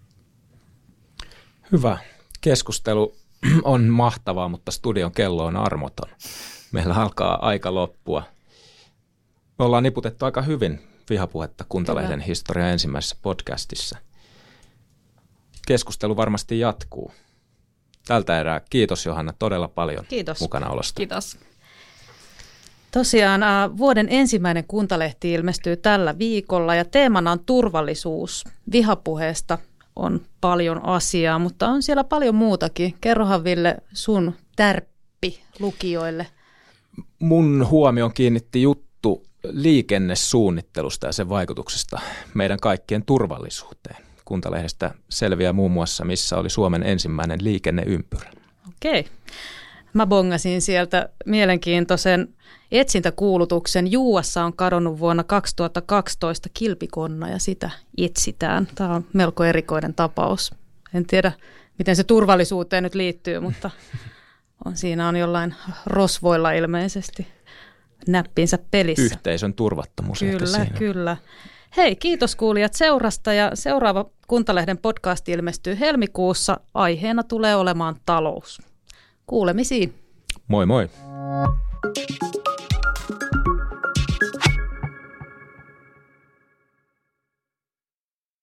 Hyvä. Keskustelu on mahtavaa, mutta studion kello on armoton. Meillä alkaa aika loppua. Me ollaan niputettu aika hyvin Vihapuhetta Kuntalehden historian ensimmäisessä podcastissa. Keskustelu varmasti jatkuu. Tältä erää kiitos Johanna todella paljon mukanaolosta. Kiitos. Tosiaan vuoden ensimmäinen Kuntalehti ilmestyy tällä viikolla ja teemana on turvallisuus. Vihapuheesta on paljon asiaa, mutta on siellä paljon muutakin. Kerrohan Ville sun tärppi lukijoille. Mun huomioon kiinnitti juttu liikennesuunnittelusta ja sen vaikutuksesta meidän kaikkien turvallisuuteen. Kuntalehdestä selviää muun muassa, missä oli Suomen ensimmäinen liikenneympyrä. Okei. Mä bongasin sieltä mielenkiintoisen etsintäkuulutuksen. Juuassa on kadonnut vuonna 2012 kilpikonna ja sitä etsitään. Tämä on melko erikoinen tapaus. En tiedä, miten se turvallisuuteen nyt liittyy, mutta siinä on jollain rosvoilla ilmeisesti näppinsä pelissä. Yhteisön turvattomuus. Kyllä. Hei, kiitos kuulijat seurasta ja seuraava Kuntalehden podcast ilmestyy helmikuussa. Aiheena tulee olemaan talous. Kuulemisiin. Moi moi.